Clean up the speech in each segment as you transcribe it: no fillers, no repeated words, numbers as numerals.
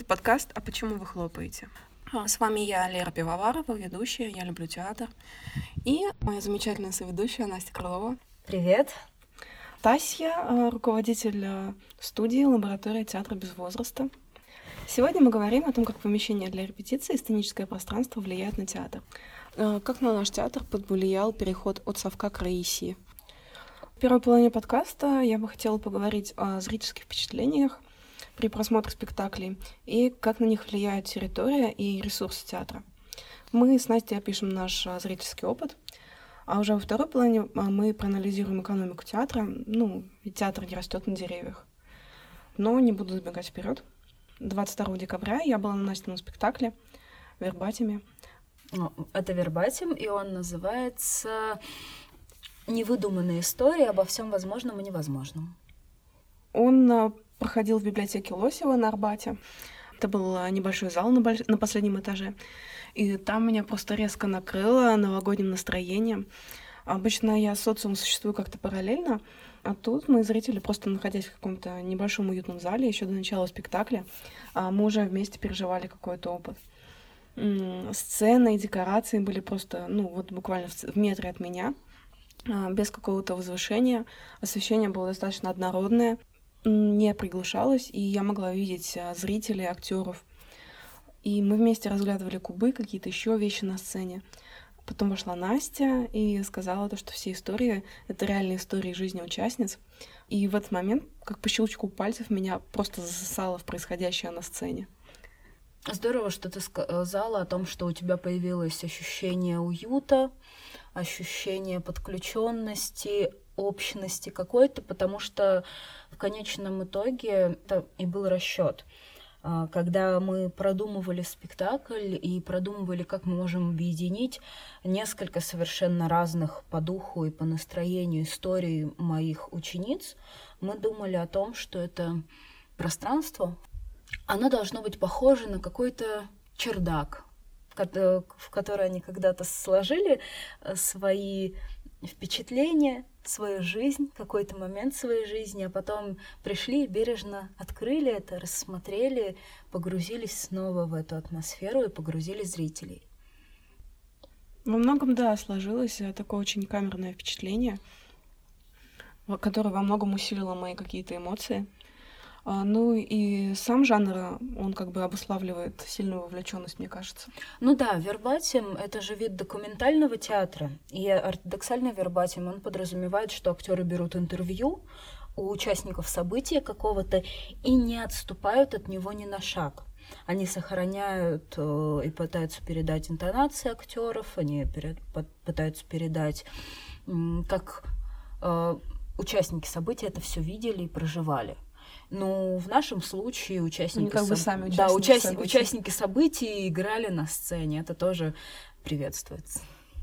подкаст «А почему вы хлопаете?». С вами я, Лера Пивоварова, ведущая «Я люблю театр». И моя замечательная соведущая Настя Крылова. Привет. Тася, руководитель студии «Лаборатория театра без возраста». Сегодня мы говорим о том, как помещение для репетиции и сценическое пространство влияют на театр. Как на наш театр повлиял переход от совка к Раисии. В первой половине подкаста я бы хотела поговорить о зрительских впечатлениях при просмотре спектаклей и как на них ведь территория и ресурсы театра. Мы с Настей опишем наш зрительский опыт, а уже во второй половине мы проанализируем экономику театра. Ведь театр не растет на деревьях. Но не буду забегать вперед. 22 декабря я была на Настином спектакле «Вербатиме». Это «Вербатим», и он называется «Невыдуманная история обо всем возможном и невозможном». Он проходил в библиотеке Лосева на Арбате. Это был небольшой зал на последнем этаже. И там меня просто резко накрыло новогодним настроением. Обычно я с социумом существую как-то параллельно, а тут мы, зрители, просто находясь в каком-то небольшом уютном зале, еще до начала спектакля, мы уже вместе переживали какой-то опыт. Сцены и декорации были просто, буквально в метре от меня, без какого-то возвышения. Освещение было достаточно однородное, не приглушалось, и я могла видеть зрителей, актеров. И мы вместе разглядывали кубы, какие-то еще вещи на сцене. Потом вошла Настя и сказала, что все истории — это реальные истории жизни участниц. И в этот момент, как по щелчку пальцев, меня просто засосало в происходящее на сцене. Здорово, что ты сказала о том, что у тебя появилось ощущение уюта, ощущение подключенности, общности какой-то, потому что в конечном итоге это и был расчет. Когда мы продумывали спектакль и продумывали, как мы можем объединить несколько совершенно разных по духу и по настроению историй моих учениц, мы думали о том, что это пространство, оно должно быть похоже на какой-то чердак, в который они когда-то сложили свои впечатления, свою жизнь, какой-то момент своей жизни, а потом пришли и бережно открыли это, рассмотрели, погрузились снова в эту атмосферу и погрузили зрителей. Во многом, да, сложилось такое очень камерное впечатление, которое во многом усилило мои какие-то эмоции. И сам жанр, он как бы обуславливает сильную вовлеченность, мне кажется. Вербатим — это же вид документального театра. И ортодоксальный вербатим, он подразумевает, что актеры берут интервью у участников события какого-то и не отступают от него ни на шаг. Они сохраняют и пытаются передать интонации актеров, они пытаются передать, как участники события это все видели и проживали. В нашем случае участники событий играли на сцене. Это тоже приветствуется.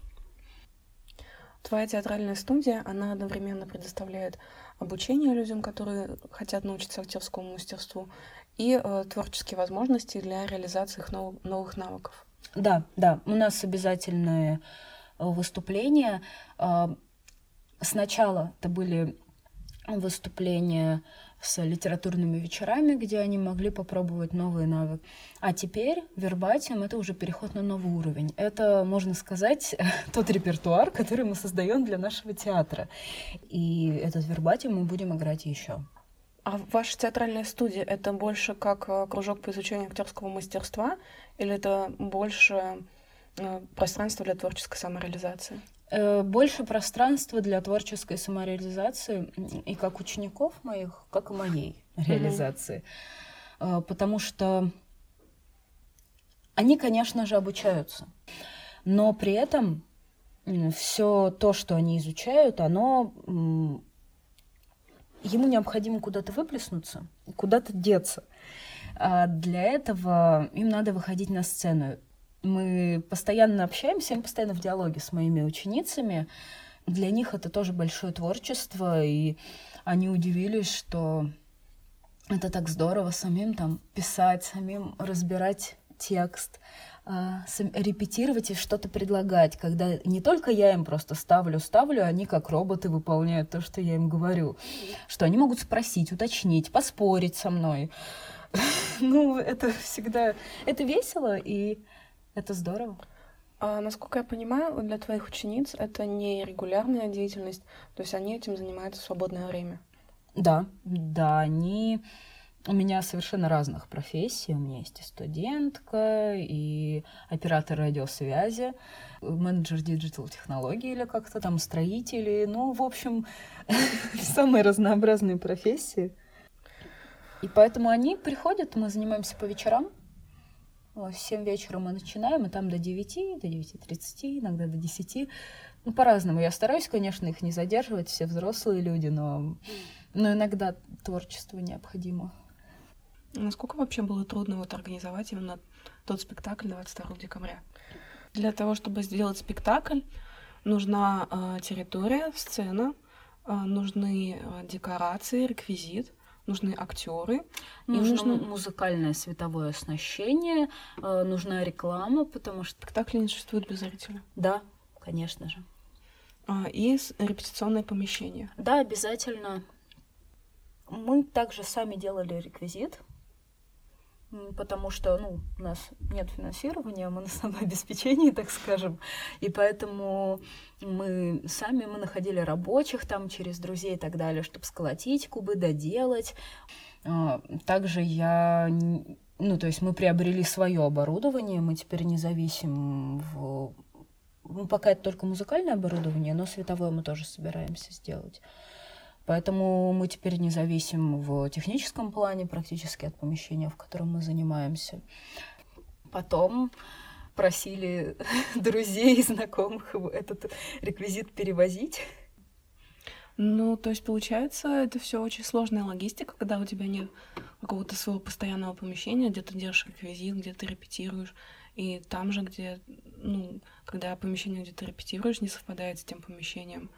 Твоя театральная студия, она одновременно предоставляет обучение людям, которые хотят научиться актерскому мастерству, и творческие возможности для реализации их новых навыков. Да. У нас обязательные выступления. Сначала это были выступления с литературными вечерами, где они могли попробовать новые навыки. А теперь вербатим — это уже переход на новый уровень. Это, можно сказать, тот репертуар, который мы создаем для нашего театра. И этот вербатим мы будем играть еще. А ваша театральная студия — это больше как кружок по изучению актерского мастерства, или это больше пространство для творческой самореализации? Больше пространства для творческой самореализации и как учеников моих, как и моей реализации. Потому что они, конечно же, обучаются, но при этом все то, что они изучают, ему необходимо куда-то выплеснуться, куда-то деться. А для этого им надо выходить на сцену. Мы постоянно общаемся, мы постоянно в диалоге с моими ученицами. Для них это тоже большое творчество, и они удивились, что это так здорово самим там писать, самим разбирать текст, репетировать и что-то предлагать, когда не только я им просто ставлю, они как роботы выполняют то, что я им говорю, что они могут спросить, уточнить, поспорить со мной. Ну, это всегда... Это весело, и это здорово. Насколько я понимаю, для твоих учениц это не регулярная деятельность, то есть они этим занимаются в свободное время. Да, они у меня совершенно разных профессий. У меня есть и студентка, и оператор радиосвязи, менеджер диджитал-технологий или как-то там, строители. Ну, в общем, самые разнообразные профессии. И поэтому они приходят, мы занимаемся по вечерам. В 7 вечера мы начинаем, и там до 9, до 9:30, иногда до 10. Ну, по-разному. Я стараюсь, конечно, их не задерживать, все взрослые люди, но иногда творчество необходимо. Насколько вообще было трудно организовать именно тот спектакль 22 декабря? Для того, чтобы сделать спектакль, нужна территория, сцена, нужны декорации, реквизит, нужны актеры. Нужно музыкальное световое оснащение, нужна реклама, потому что... Спектакль не существует без зрителя. Да, конечно же. И репетиционное помещение. Да, обязательно. Мы также сами делали реквизит, потому что, у нас нет финансирования, мы на самообеспечении, так скажем, и поэтому мы находили рабочих там через друзей и так далее, чтобы сколотить кубы, доделать. Также то есть мы приобрели свое оборудование, мы теперь не зависим пока это только музыкальное оборудование, но световое мы тоже собираемся сделать. Поэтому мы теперь не зависим в техническом плане практически от помещения, в котором мы занимаемся. Потом просили друзей и знакомых этот реквизит перевозить. То есть, получается, это все очень сложная логистика, когда у тебя нет какого-то своего постоянного помещения, где ты держишь реквизит, где ты репетируешь, и там же, где, когда помещение, где ты репетируешь, не совпадает с тем помещением,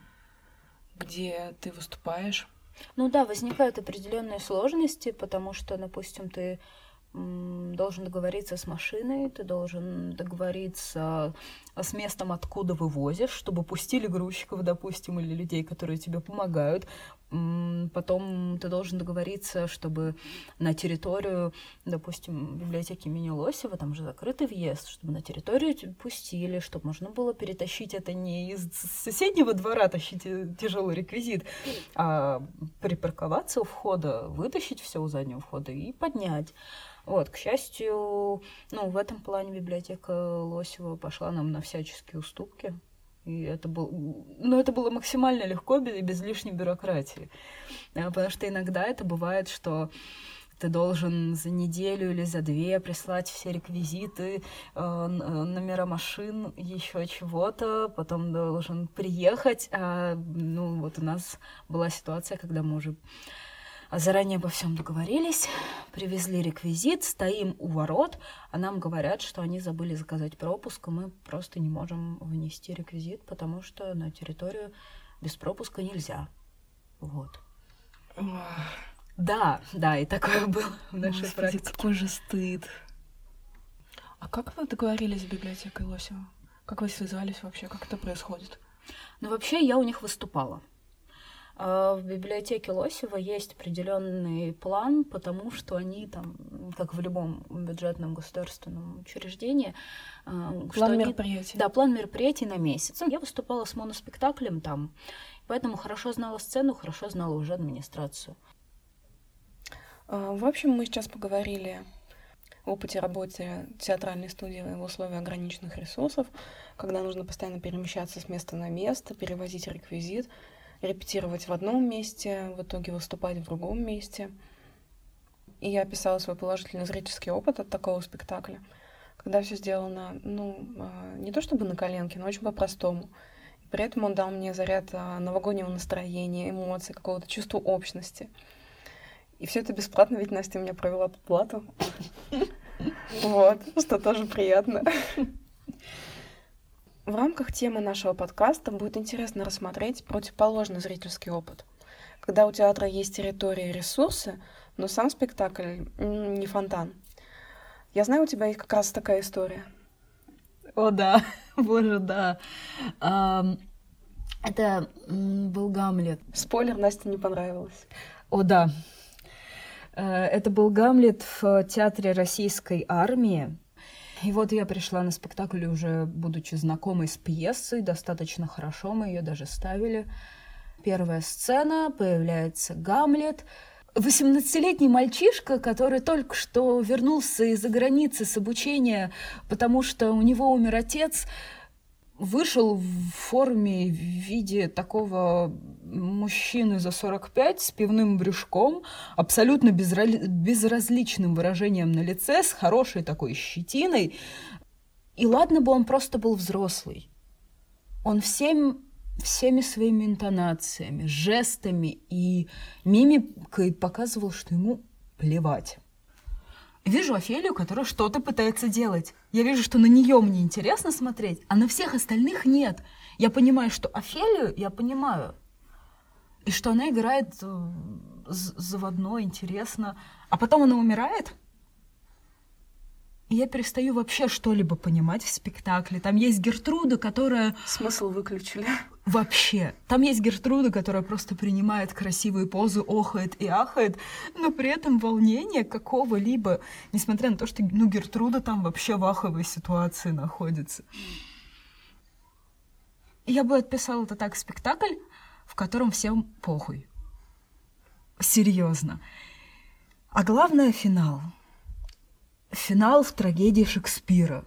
где ты выступаешь. Да, возникают определенные сложности, потому что, допустим, ты должен договориться с машиной, ты должен договориться с местом, откуда вывозишь, чтобы пустили грузчиков, допустим, или людей, которые тебе помогают. Потом ты должен договориться, чтобы на территорию, допустим, библиотеки имени Лосева, там же закрытый въезд, чтобы на территорию пустили, чтобы можно было перетащить это не из соседнего двора, тащить тяжелый реквизит, а припарковаться у входа, вытащить все у заднего входа и поднять. К счастью, в этом плане библиотека Лосева пошла нам на всяческие уступки. И это было максимально легко, без лишней бюрократии. Потому что иногда это бывает, что ты должен за неделю или за 2 прислать все реквизиты, номера машин, еще чего-то, потом должен приехать. У нас была ситуация, когда мы уже заранее обо всем договорились, привезли реквизит, стоим у ворот, а нам говорят, что они забыли заказать пропуск, и мы просто не можем внести реквизит, потому что на территорию без пропуска нельзя. Да, и такое было в нашей практике. Какой же стыд. А как вы договорились с библиотекой Лосева? Как вы связались вообще? Как это происходит? Вообще я у них выступала. В библиотеке Лосева есть определенный план, потому что они там, как в любом бюджетном государственном учреждении... План мероприятий. Да, план мероприятий на месяц. Я выступала с моноспектаклем там, поэтому хорошо знала сцену, хорошо знала уже администрацию. В общем, мы сейчас поговорили о опыте работы театральной студии в условиях ограниченных ресурсов, когда нужно постоянно перемещаться с места на место, перевозить реквизит, репетировать в одном месте, в итоге выступать в другом месте. И я описала свой положительный зрительский опыт от такого спектакля, когда все сделано, не то чтобы на коленке, но очень по-простому. И при этом он дал мне заряд новогоднего настроения, эмоций, какого-то чувства общности. И все это бесплатно, ведь Настя у меня провела плату. Что тоже приятно. В рамках темы нашего подкаста будет интересно рассмотреть противоположный зрительский опыт. Когда у театра есть территория и ресурсы, но сам спектакль не фонтан. Я знаю, у тебя есть как раз такая история. О, да, боже, да. Это был Гамлет. Спойлер, Насте не понравилось. О, да. Это был «Гамлет» в театре Российской армии. И вот я пришла на спектакль уже, будучи знакомой с пьесой, достаточно хорошо, мы ее даже ставили. Первая сцена, появляется Гамлет. 18-летний мальчишка, который только что вернулся из-за границы с обучения, потому что у него умер отец, вышел в форме, в виде такого мужчины за 45 с пивным брюшком, абсолютно безразличным выражением на лице, с хорошей такой щетиной. И ладно бы он просто был взрослый. Он всеми своими интонациями, жестами и мимикой показывал, что ему плевать. Вижу Офелию, которая что-то пытается делать. Я вижу, что на нее мне интересно смотреть, а на всех остальных нет. Я понимаю, что Офелию я понимаю. И что она играет заводно, интересно. А потом она умирает. И я перестаю вообще что-либо понимать в спектакле. Там есть Гертруда, которая... Смысл выключили. Вообще. Там есть Гертруда, которая просто принимает красивые позы, охает и ахает, но при этом волнения какого-либо, несмотря на то, что Гертруда там вообще в аховой ситуации находится. Я бы отписала это так: спектакль, в котором всем похуй. Серьезно. А главное — финал. Финал в трагедии Шекспира.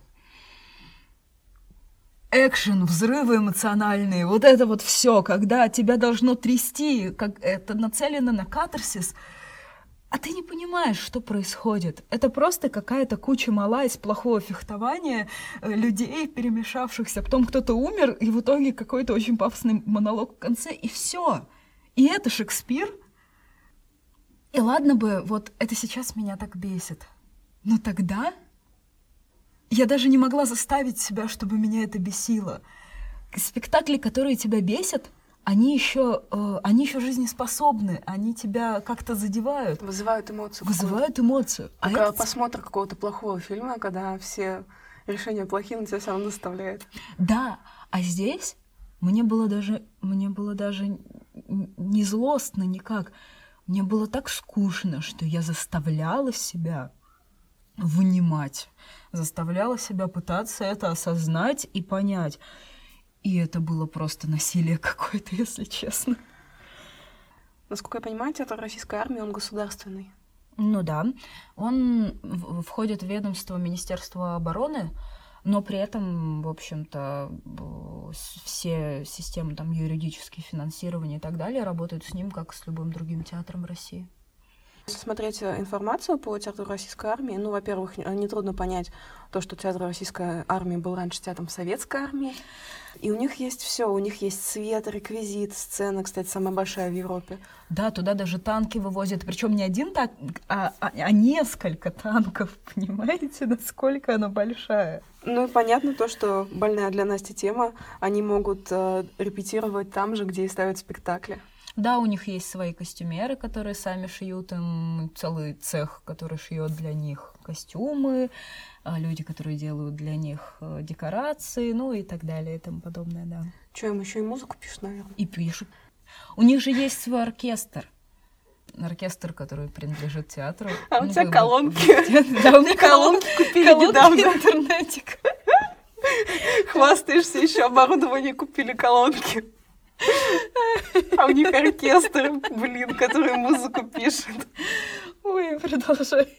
Экшен, взрывы эмоциональные, вот это вот все, когда тебя должно трясти, как это нацелено на катарсис, а ты не понимаешь, что происходит. Это просто какая-то куча мала из плохого фехтования, людей, перемешавшихся, потом кто-то умер, и в итоге какой-то очень пафосный монолог в конце, и все. И это Шекспир. И ладно бы, вот это сейчас меня так бесит. Но тогда я даже не могла заставить себя, чтобы меня это бесило. Спектакли, которые тебя бесят, они еще жизнеспособны, они тебя как-то задевают. Вызывают эмоцию. Вызывают эмоцию. Как просмотр какого-то плохого фильма, когда все решения плохие, но тебя все равно доставляет. Да, а здесь мне было даже не злостно никак. Мне было так скучно, что я заставляла себя внимать, заставляла себя пытаться это осознать и понять. И это было просто насилие какое-то, если честно. Насколько я понимаю, театр Российской армии, он государственный. Ну да, он входит в ведомство Министерства обороны, но при этом, в общем-то, все системы там юридические, финансирования и так далее работают с ним, как с любым другим театром России. Если смотреть информацию по театру Российской армии, ну, во-первых, нетрудно понять то, что театр Российской армии был раньше театром Советской армии. И у них есть все, у них есть свет, реквизит, сцена, кстати, самая большая в Европе. Да, туда даже танки вывозят, причем не один танк, а несколько танков, понимаете, насколько она большая. Ну и понятно то, что больная для Насти тема, они могут репетировать там же, где и ставят спектакли. Да, у них есть свои костюмеры, которые сами шьют им, целый цех, который шьет для них костюмы, люди, которые делают для них декорации, ну и так далее и тому подобное, да. Что, им еще и музыку пишут, наверное? И пишут. У них же есть свой оркестр. Оркестр, который принадлежит театру. А у тебя колонки? Да, у меня колонки купили недавно. Интернетик. Хвастаешься, еще оборудование купили, колонки. А у них оркестр, блин, который музыку пишет. Ой, продолжай.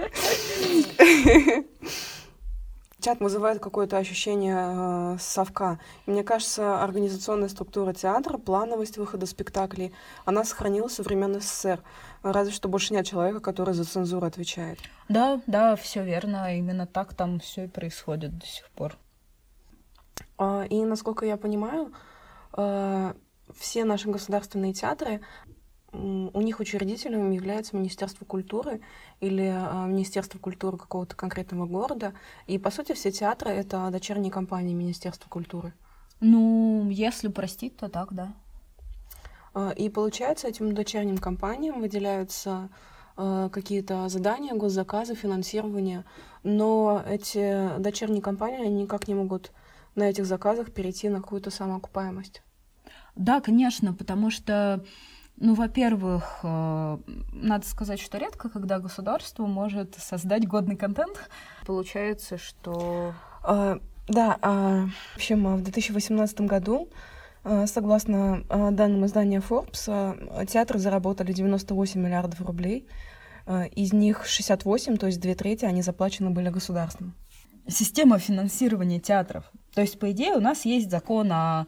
Чат вызывает какое-то ощущение совка. И мне кажется, организационная структура театра, плановость выхода спектаклей, она сохранилась со времен СССР. Разве что больше нет человека, который за цензуру отвечает. Да, все верно. Именно так там все и происходит до сих пор. И, насколько я понимаю, все наши государственные театры, у них учредителем является Министерство культуры или Министерство культуры какого-то конкретного города. И, по сути, все театры — это дочерние компании Министерства культуры. Ну, если простить, то так, да. И, получается, этим дочерним компаниям выделяются какие-то задания, госзаказы, финансирование. Но эти дочерние компании никак не могут на этих заказах перейти на какую-то самоокупаемость. Да, конечно, потому что Ну, во-первых, надо сказать, что редко, когда государство может создать годный контент. Получается, что... Да, в общем, в 2018 году, согласно данным издания Forbes, театры заработали 98 миллиардов рублей. Из них 68, то есть 2/3, они заплачены были государством. Система финансирования театров. То есть, по идее, у нас есть закон о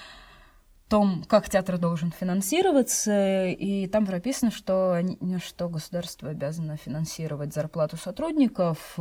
том, как театр должен финансироваться, и там прописано, что государство обязано финансировать зарплату сотрудников,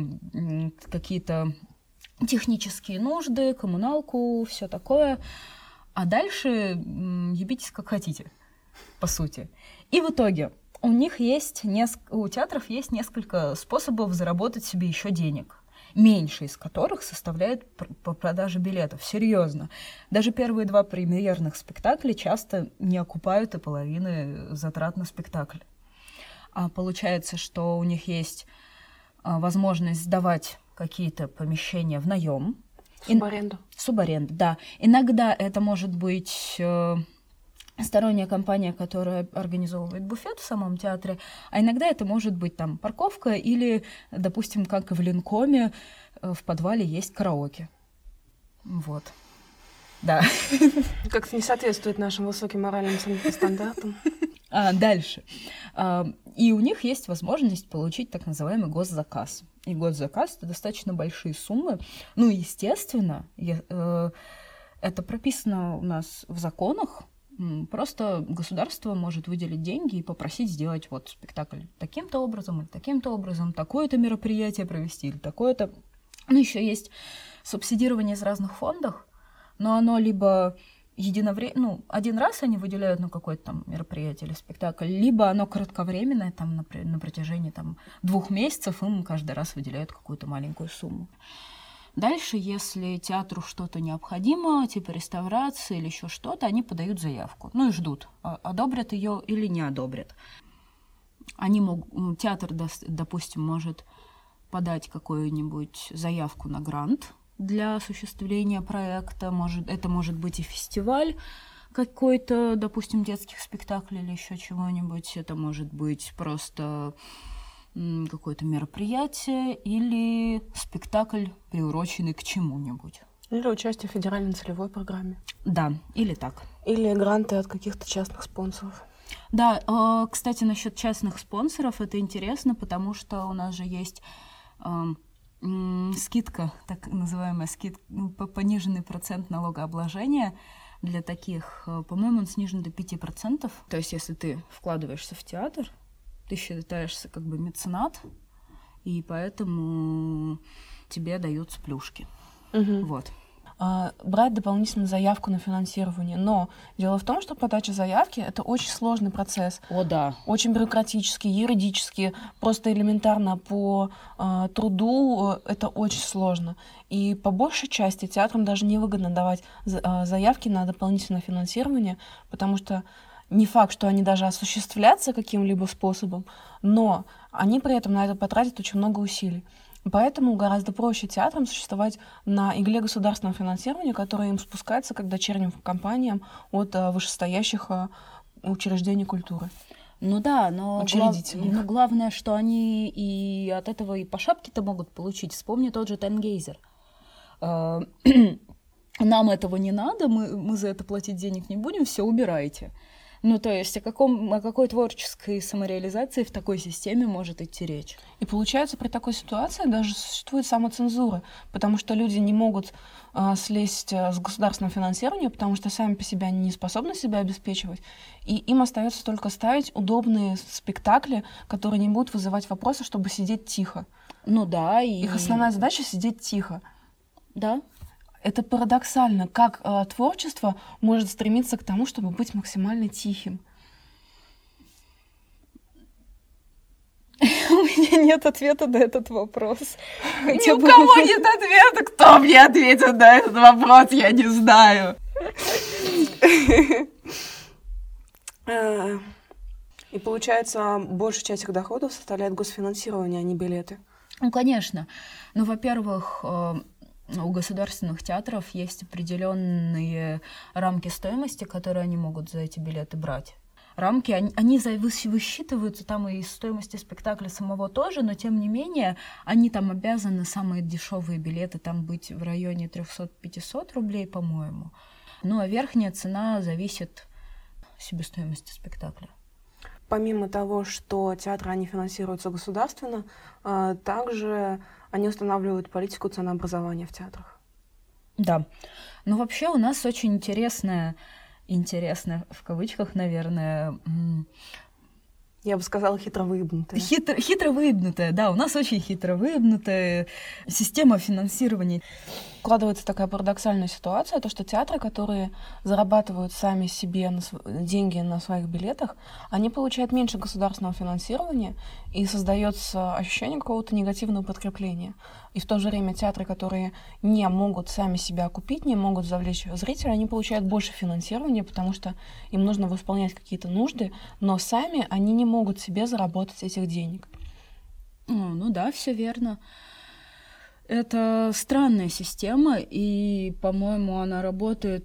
какие-то технические нужды, коммуналку, все такое. А дальше ебитесь как хотите, по сути. И в итоге у театров есть несколько способов заработать себе еще денег, меньше из которых составляет продажа билетов. Серьезно. Даже первые 2 премьерных спектакля часто не окупают и половины затрат на спектакль. А получается, что у них есть возможность сдавать какие-то помещения в наем. Субаренду. Субаренду, да. Иногда это может быть сторонняя компания, которая организовывает буфет в самом театре, а иногда это может быть там парковка или, допустим, как в Ленкоме, в подвале есть караоке. Вот. Да. Как-то не соответствует нашим высоким моральным стандартам. Дальше. И у них есть возможность получить так называемый госзаказ. И госзаказ — это достаточно большие суммы. Ну, естественно, это прописано у нас в законах. Просто государство может выделить деньги и попросить сделать вот спектакль таким-то образом или таким-то образом, такое-то мероприятие провести или такое-то. Ну, еще есть субсидирование из разных фондов, но оно либо один раз они выделяют на какое-то там мероприятие или спектакль, либо оно кратковременное, там, на протяжении 2 месяцев им каждый раз выделяют какую-то маленькую сумму. Дальше, если театру что-то необходимо, типа реставрации или еще что-то, они подают заявку. Ну и ждут, одобрят ее или не одобрят. Театр, допустим, может подать какую-нибудь заявку на грант для осуществления проекта. Это может быть и фестиваль какой-то, допустим, детских спектаклей или еще чего-нибудь. Это может быть просто какое-то мероприятие или спектакль, приуроченный к чему-нибудь. Или участие в федеральной целевой программе. Да, или так. Или гранты от каких-то частных спонсоров. Да, кстати, насчет частных спонсоров это интересно, потому что у нас же есть скидка, так называемая скидка, пониженный процент налогообложения для таких, по-моему, он снижен до 5%. То есть, если ты вкладываешься в театр, ты считаешься как бы меценат, и поэтому тебе даются плюшки. Угу. Вот. Брать дополнительную заявку на финансирование. Но дело в том, что подача заявки — это очень сложный процесс. О, да. Очень бюрократический, юридически, просто элементарно по труду это очень сложно. И по большей части театрам даже невыгодно давать заявки на дополнительное финансирование, потому что не факт, что они даже осуществлятся каким-либо способом, но они при этом на это потратят очень много усилий. Поэтому гораздо проще театрам существовать на игле государственного финансирования, которое им спускается как дочерним компаниям от вышестоящих учреждений культуры. Ну да, но главное, что они и от этого и по шапке-то могут получить. Вспомни тот же Тенгейзер. Нам этого не надо, мы за это платить денег не будем, все убирайте. Ну, то есть о какой творческой самореализации в такой системе может идти речь? И получается, при такой ситуации даже существует самоцензура, потому что люди не могут слезть с государственного финансирования, потому что сами по себе они не способны себя обеспечивать, и им остается только ставить удобные спектакли, которые не будут вызывать вопросы, чтобы сидеть тихо. Ну да, и... Их основная задача — сидеть тихо. Да. Это парадоксально, как творчество может стремиться к тому, чтобы быть максимально тихим. У меня нет ответа на этот вопрос. Ни у кого нет ответа. Кто мне ответит на этот вопрос, я не знаю. И получается, большая часть их доходов составляет госфинансирование, а не билеты. Ну, конечно. Ну, во-первых, у государственных театров есть определенные рамки стоимости, которые они могут за эти билеты брать. рамки, они высчитываются там и из стоимости спектакля самого тоже, но тем не менее они там обязаны самые дешевые билеты там быть в районе 300-500 рублей, по-моему. Ну а верхняя цена зависит от себестоимости спектакля. Помимо того, что театры, они финансируются государственно, также они устанавливают политику ценообразования в театрах. Да. Но вообще у нас очень интересная в кавычках, наверное, я бы сказала, хитро выебнутая. Хитро выебнутая, да. У нас очень хитро выебнутая система финансирования. Складывается такая парадоксальная ситуация, то, что театры, которые зарабатывают сами себе деньги на своих билетах, они получают меньше государственного финансирования, и создается ощущение какого-то негативного подкрепления. И в то же время театры, которые не могут сами себя окупить, не могут завлечь зрителя, они получают больше финансирования, потому что им нужно восполнять какие-то нужды, но сами они не могут себе заработать этих денег. Ну да, все верно. Это странная система, и, по-моему, она работает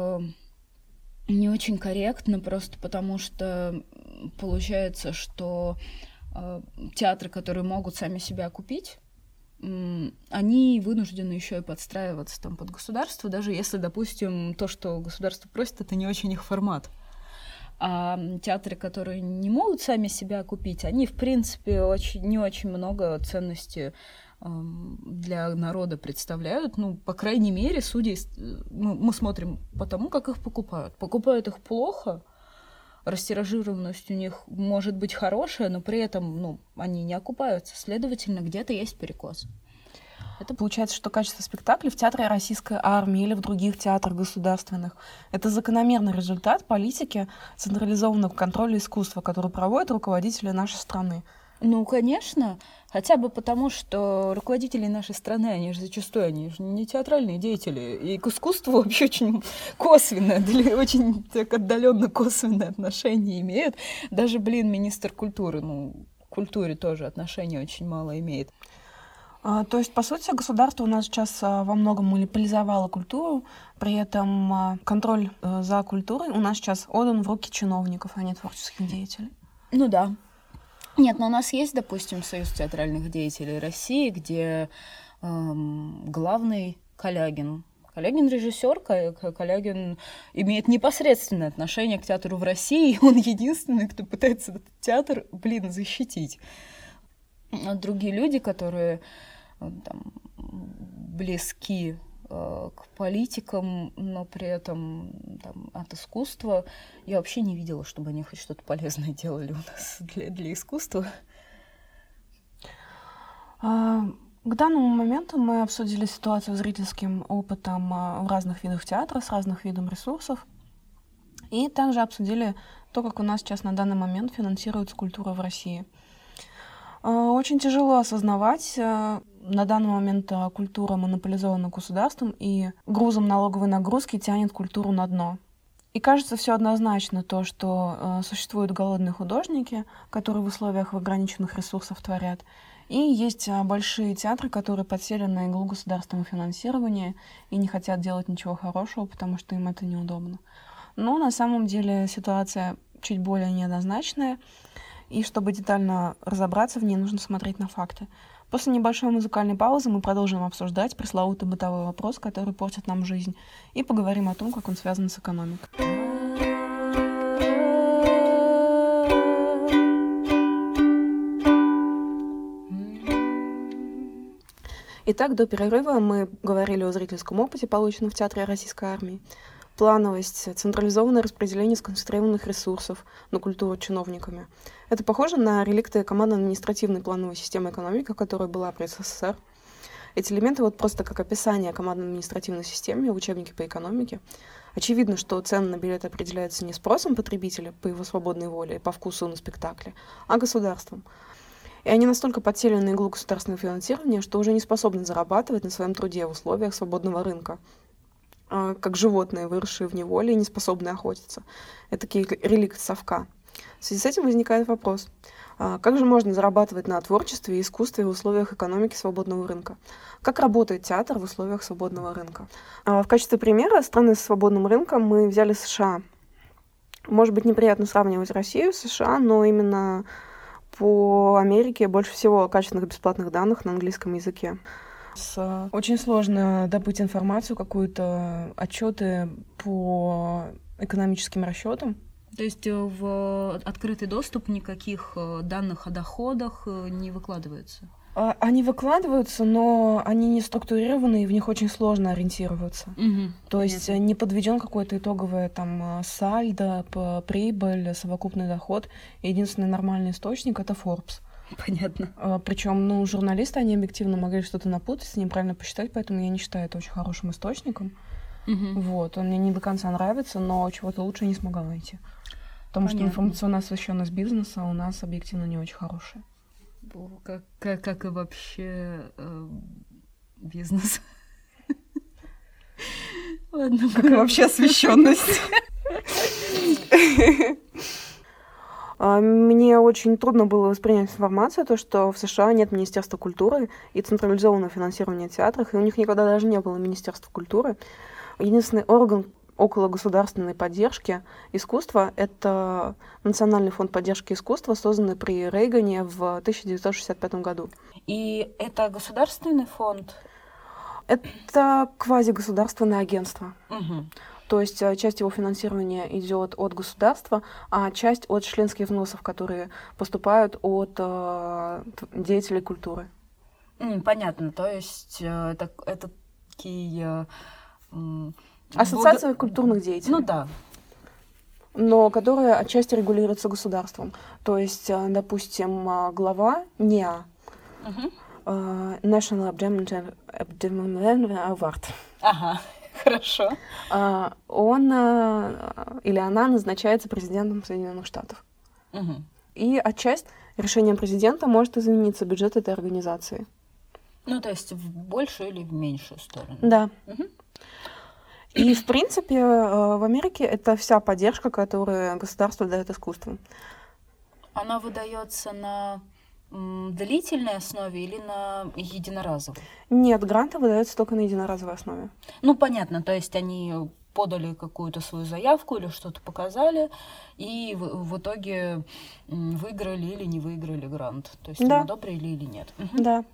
не очень корректно, просто потому что получается, что театры, которые могут сами себя окупить, они вынуждены еще и подстраиваться там под государство, даже если, допустим, то, что государство просит, это не очень их формат. А театры, которые не могут сами себя окупить, они, в принципе, не очень много ценностей для народа представляют. Ну, по крайней мере, судя, мы смотрим по тому, как их покупают. Покупают их плохо, растиражированность у них может быть хорошая, но при этом они не окупаются. Следовательно, где-то есть перекос. Это получается, что качество спектакля в театре российской армии или в других театрах государственных — это закономерный результат политики централизованного контроля искусства, который проводят руководители нашей страны. Ну, конечно, хотя бы потому, что руководители нашей страны, они же зачастую не театральные деятели, и к искусству вообще очень косвенное, очень так отдаленно косвенное отношение имеют. Даже, министр культуры, к культуре тоже отношение очень мало имеет. То есть, по сути, государство у нас сейчас во многом монополизовало культуру, при этом контроль за культурой у нас сейчас отдан в руки чиновников, а не творческих деятелей. Ну да. Нет, но у нас есть, допустим, Союз театральных деятелей России, где главный Калягин. Калягин режиссер, Калягин имеет непосредственное отношение к театру в России, и он единственный, кто пытается этот театр, защитить. А другие люди, которые близки к политикам, но при этом от искусства, я вообще не видела, чтобы они хоть что-то полезное делали у нас для искусства. К данному моменту мы обсудили ситуацию с зрительским опытом в разных видах театра, с разных видов ресурсов, и также обсудили то, как у нас сейчас на данный момент финансируется культура в России. Очень тяжело осознавать, на данный момент культура монополизована государством, и грузом налоговой нагрузки тянет культуру на дно. И кажется все однозначно то, что существуют голодные художники, которые в условиях ограниченных ресурсов творят, и есть большие театры, которые подсели на иглу государственного финансирования и не хотят делать ничего хорошего, потому что им это неудобно. Но на самом деле ситуация чуть более неоднозначная, и чтобы детально разобраться в ней, нужно смотреть на факты. После небольшой музыкальной паузы мы продолжим обсуждать пресловутый бытовой вопрос, который портит нам жизнь, и поговорим о том, как он связан с экономикой. Итак, до перерыва мы говорили о зрительском опыте, полученном в театре российской армии, плановость, централизованное распределение сконцентрированных ресурсов на культуру чиновниками. Это похоже на реликты командно-административной плановой системы экономики, которая была при СССР. Эти элементы просто как описание командно-административной системы в учебнике по экономике. Очевидно, что цены на билеты определяются не спросом потребителя по его свободной воле и по вкусу на спектакле, а государством. И они настолько подсели на иглу государственного финансирования, что уже не способны зарабатывать на своем труде в условиях свободного рынка, как животные, выросшие в неволе и не способные охотиться. Это такие реликт совка. В связи с этим возникает вопрос, как же можно зарабатывать на творчестве и искусстве в условиях экономики свободного рынка? Как работает театр в условиях свободного рынка? В качестве примера страны с свободным рынком мы взяли США. Может быть, неприятно сравнивать Россию с США, но именно по Америке больше всего качественных бесплатных данных на английском языке. Очень сложно добыть информацию, какую-то отчеты по экономическим расчетам. То есть в открытый доступ никаких данных о доходах не выкладывается? Они выкладываются, но они не структурированы, и в них очень сложно ориентироваться. То есть не подведен какой-то итоговый там сальдо, прибыль, совокупный доход. Единственный нормальный источник — это Forbes. Понятно. Причем, журналисты, они объективно могли что-то напутать, неправильно посчитать, поэтому я не считаю это очень хорошим источником. Вот, он мне не до конца нравится, но чего-то лучше не смогла найти. Потому что информационная освещенность бизнеса у нас объективно не очень хорошая. Как и вообще бизнес. Ладно, как и вообще освещенность. Мне очень трудно было воспринять информацию, то, что в США нет Министерства культуры и централизованного финансирования театров, и у них никогда даже не было Министерства культуры. Единственный орган около государственной поддержки искусства — это Национальный фонд поддержки искусства, созданный при Рейгане в 1965 году. И это государственный фонд? Это квазигосударственное агентство. То есть часть его финансирования идет от государства, а часть от членских взносов, которые поступают от деятелей культуры. Понятно. То есть это такие... Ассоциация культурных деятелей. Ну да. Но которые отчасти регулируются государством. То есть, допустим, глава НИА, National Endowment Award. Ага, хорошо. Он или она назначается президентом Соединенных Штатов. И отчасти решением президента может измениться бюджет этой организации. Ну, то есть в большую или в меньшую сторону. Да. И, в принципе, в Америке это вся поддержка, которую государство дает искусству. Она выдается на длительной основе или на единоразовой? Нет, гранты выдаются только на единоразовой основе. Ну, понятно, то есть они подали какую-то свою заявку или что-то показали, и в итоге выиграли или не выиграли грант. То есть им одобрили или нет. Да.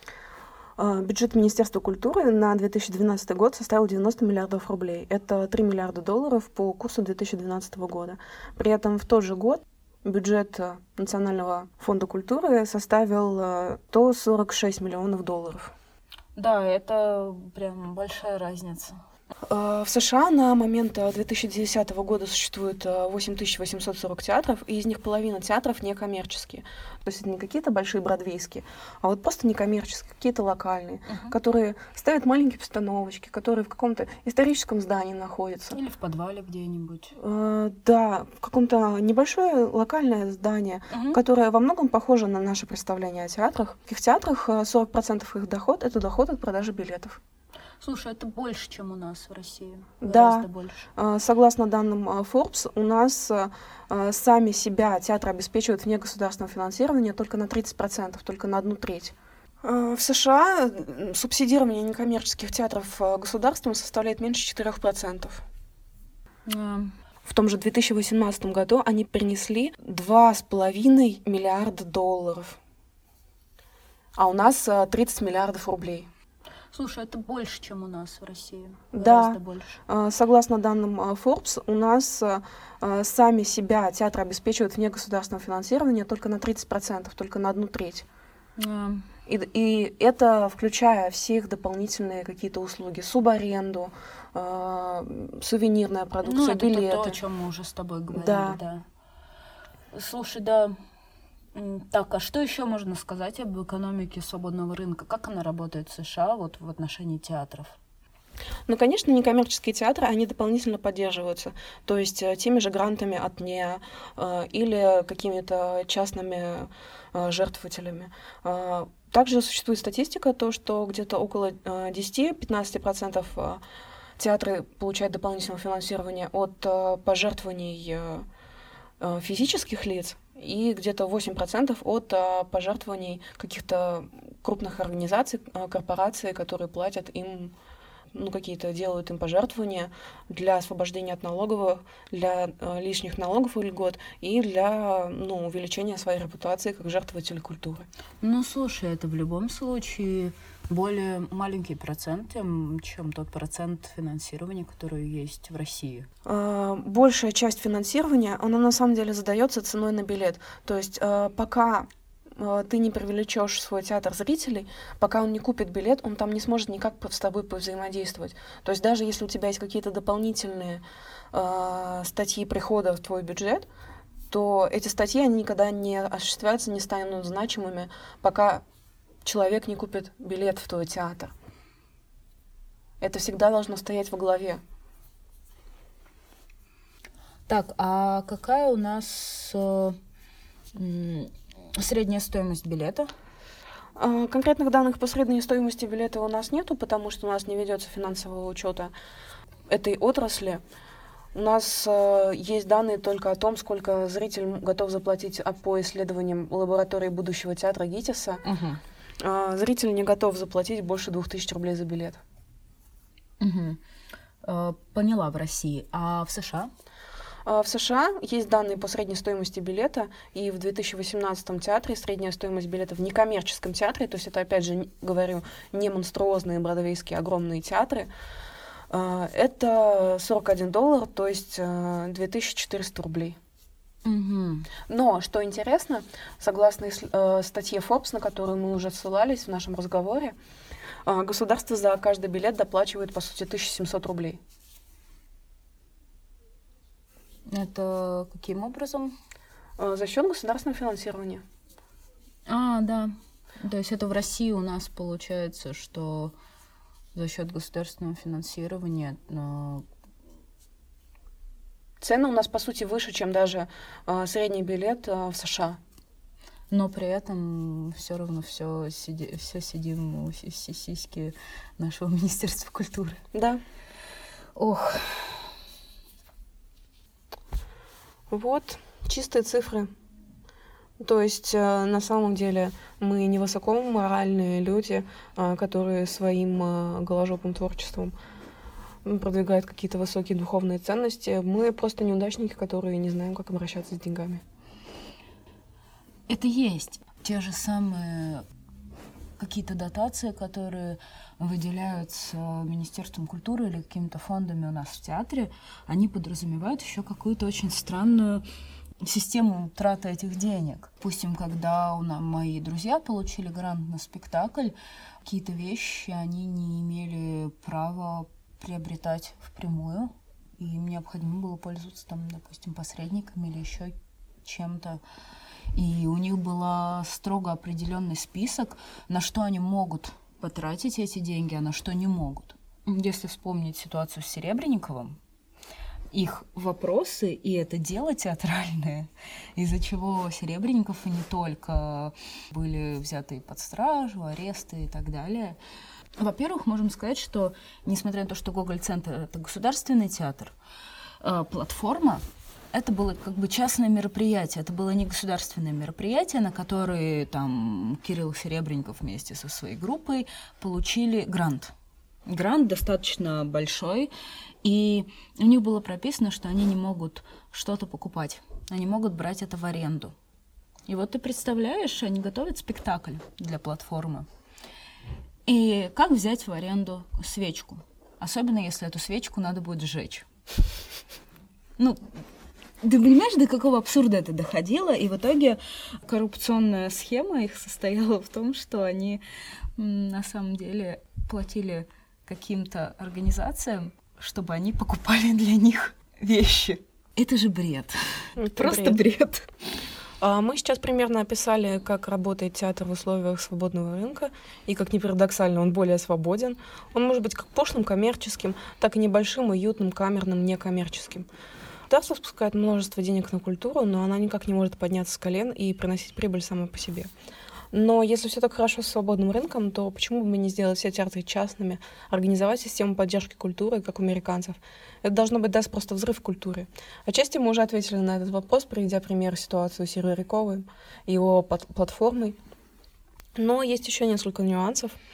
Бюджет Министерства культуры на 2012 год составил 90 миллиардов рублей. Это 3 миллиарда долларов по курсу 2012 года. При этом в тот же год бюджет Национального фонда культуры составил 146 миллионов долларов. Да, это прям большая разница. В США на момент 2010 года существует 8840 театров, и из них половина театров некоммерческие. То есть это не какие-то большие бродвейские, а вот просто некоммерческие, какие-то локальные, которые ставят маленькие постановочки, которые в каком-то историческом здании находятся. Или в подвале где-нибудь. Да, в каком-то небольшое локальное здание, которое во многом похоже на наше представление о театрах. В их театрах 40% их доход — это доход от продажи билетов. Слушай, это больше, чем у нас в России. Да, больше. Согласно данным Forbes, у нас сами себя театры обеспечивают вне государственного финансирования только на 30%, только на 1/3. В США субсидирование некоммерческих театров государством составляет меньше 4%. В том же 2018 году они принесли 2,5 миллиарда долларов, а у нас 30 миллиардов рублей. Слушай, это больше, чем у нас в России. Да, больше. Согласно данным Forbes, у нас сами себя театры обеспечивают вне государственного финансирования только на 30%, только на 1/3. И это включая все их дополнительные какие-то услуги, субаренду, сувенирная продукция, билеты. Это то, о чем мы уже с тобой говорили. Да. Слушай, да. Так, а что еще можно сказать об экономике свободного рынка? Как она работает в США вот в отношении театров? Ну, конечно, некоммерческие театры, они дополнительно поддерживаются, то есть теми же грантами от НИА или какими-то частными жертвователями. Также существует статистика, то, что где-то около 10-15% театры получают дополнительное финансирование от пожертвований физических лиц, и где-то 8% от пожертвований каких-то крупных организаций, корпораций, которые платят им какие-то делают им пожертвования для освобождения от налоговых, для лишних налогов и льгот и для увеличения своей репутации как жертвователя культуры. Ну, слушай, это в любом случае более маленький процент, чем тот процент финансирования, который есть в России. Большая часть финансирования, она на самом деле задается ценой на билет. То есть пока ты не привлечешь в свой театр зрителей, пока он не купит билет, он там не сможет никак с тобой повзаимодействовать. То есть даже если у тебя есть какие-то дополнительные статьи прихода в твой бюджет, то эти статьи, они никогда не осуществляются, не станут значимыми, пока человек не купит билет в твой театр. Это всегда должно стоять во главе. Так, а какая у нас средняя стоимость билета? Конкретных данных по средней стоимости билета у нас нету, потому что у нас не ведется финансового учета этой отрасли. У нас есть данные только о том, сколько зритель готов заплатить по исследованиям лаборатории будущего театра ГИТИСа. Угу. Зритель не готов заплатить больше 2000 рублей за билет. Угу. Поняла, в России. А в США? В США есть данные по средней стоимости билета, и в 2018 театре средняя стоимость билета в некоммерческом театре, то есть это, опять же, говорю, не монструозные бродвейские огромные театры, это $41, то есть 2400 рублей. Угу. Но, что интересно, согласно статье Forbes, на которую мы уже ссылались в нашем разговоре, государство за каждый билет доплачивает, по сути, 1700 рублей. Это каким образом? За счет государственного финансирования. Да. То есть это в России у нас получается, что за счет государственного финансирования цены у нас, по сути, выше, чем даже средний билет в США. Но при этом все равно все сидим у сиськи нашего Министерства культуры. Да. Ох. Вот, чистые цифры. То есть, на самом деле, мы не высокоморальные люди, которые своим голожопым творчеством продвигают какие-то высокие духовные ценности. Мы просто неудачники, которые не знаем, как обращаться с деньгами. Это есть те же самые какие-то дотации, которые выделяются Министерством культуры или какими-то фондами у нас в театре, они подразумевают еще какую-то очень странную систему траты этих денег. Допустим, когда мои друзья получили грант на спектакль, какие-то вещи они не имели права приобретать впрямую, и им необходимо было пользоваться, допустим, посредниками или еще чем-то. И у них был строго определенный список, на что они могут потратить эти деньги, а на что не могут. Если вспомнить ситуацию с Серебренниковым, их вопросы и это дело театральное, из-за чего Серебренников и не только были взяты под стражу, аресты и так далее. Во-первых, можем сказать, что, несмотря на то, что Гоголь-центр — это государственный театр, платформа — это было как бы частное мероприятие, это было не государственное мероприятие, на которое Кирилл Серебренников вместе со своей группой получили грант. Грант достаточно большой, и у них было прописано, что они не могут что-то покупать, они могут брать это в аренду. И вот ты представляешь, они готовят спектакль для платформы. И как взять в аренду свечку? Особенно, если эту свечку надо будет сжечь. Ты понимаешь, до какого абсурда это доходило? И в итоге коррупционная схема их состояла в том, что они на самом деле платили каким-то организациям, чтобы они покупали для них вещи. Это же бред. Просто бред. Мы сейчас примерно описали, как работает театр в условиях свободного рынка, и как ни парадоксально, он более свободен. Он может быть как пошлым коммерческим, так и небольшим, уютным, камерным, некоммерческим. Государство спускает множество денег на культуру, но она никак не может подняться с колен и приносить прибыль сама по себе. Но если все так хорошо с свободным рынком, то почему бы мы не сделать все театры частными, организовать систему поддержки культуры, как у американцев? Это должно быть даст просто взрыв в культуре. Отчасти мы уже ответили на этот вопрос, приведя пример ситуацию с Серебряковым и его платформой. Но есть еще несколько нюансов.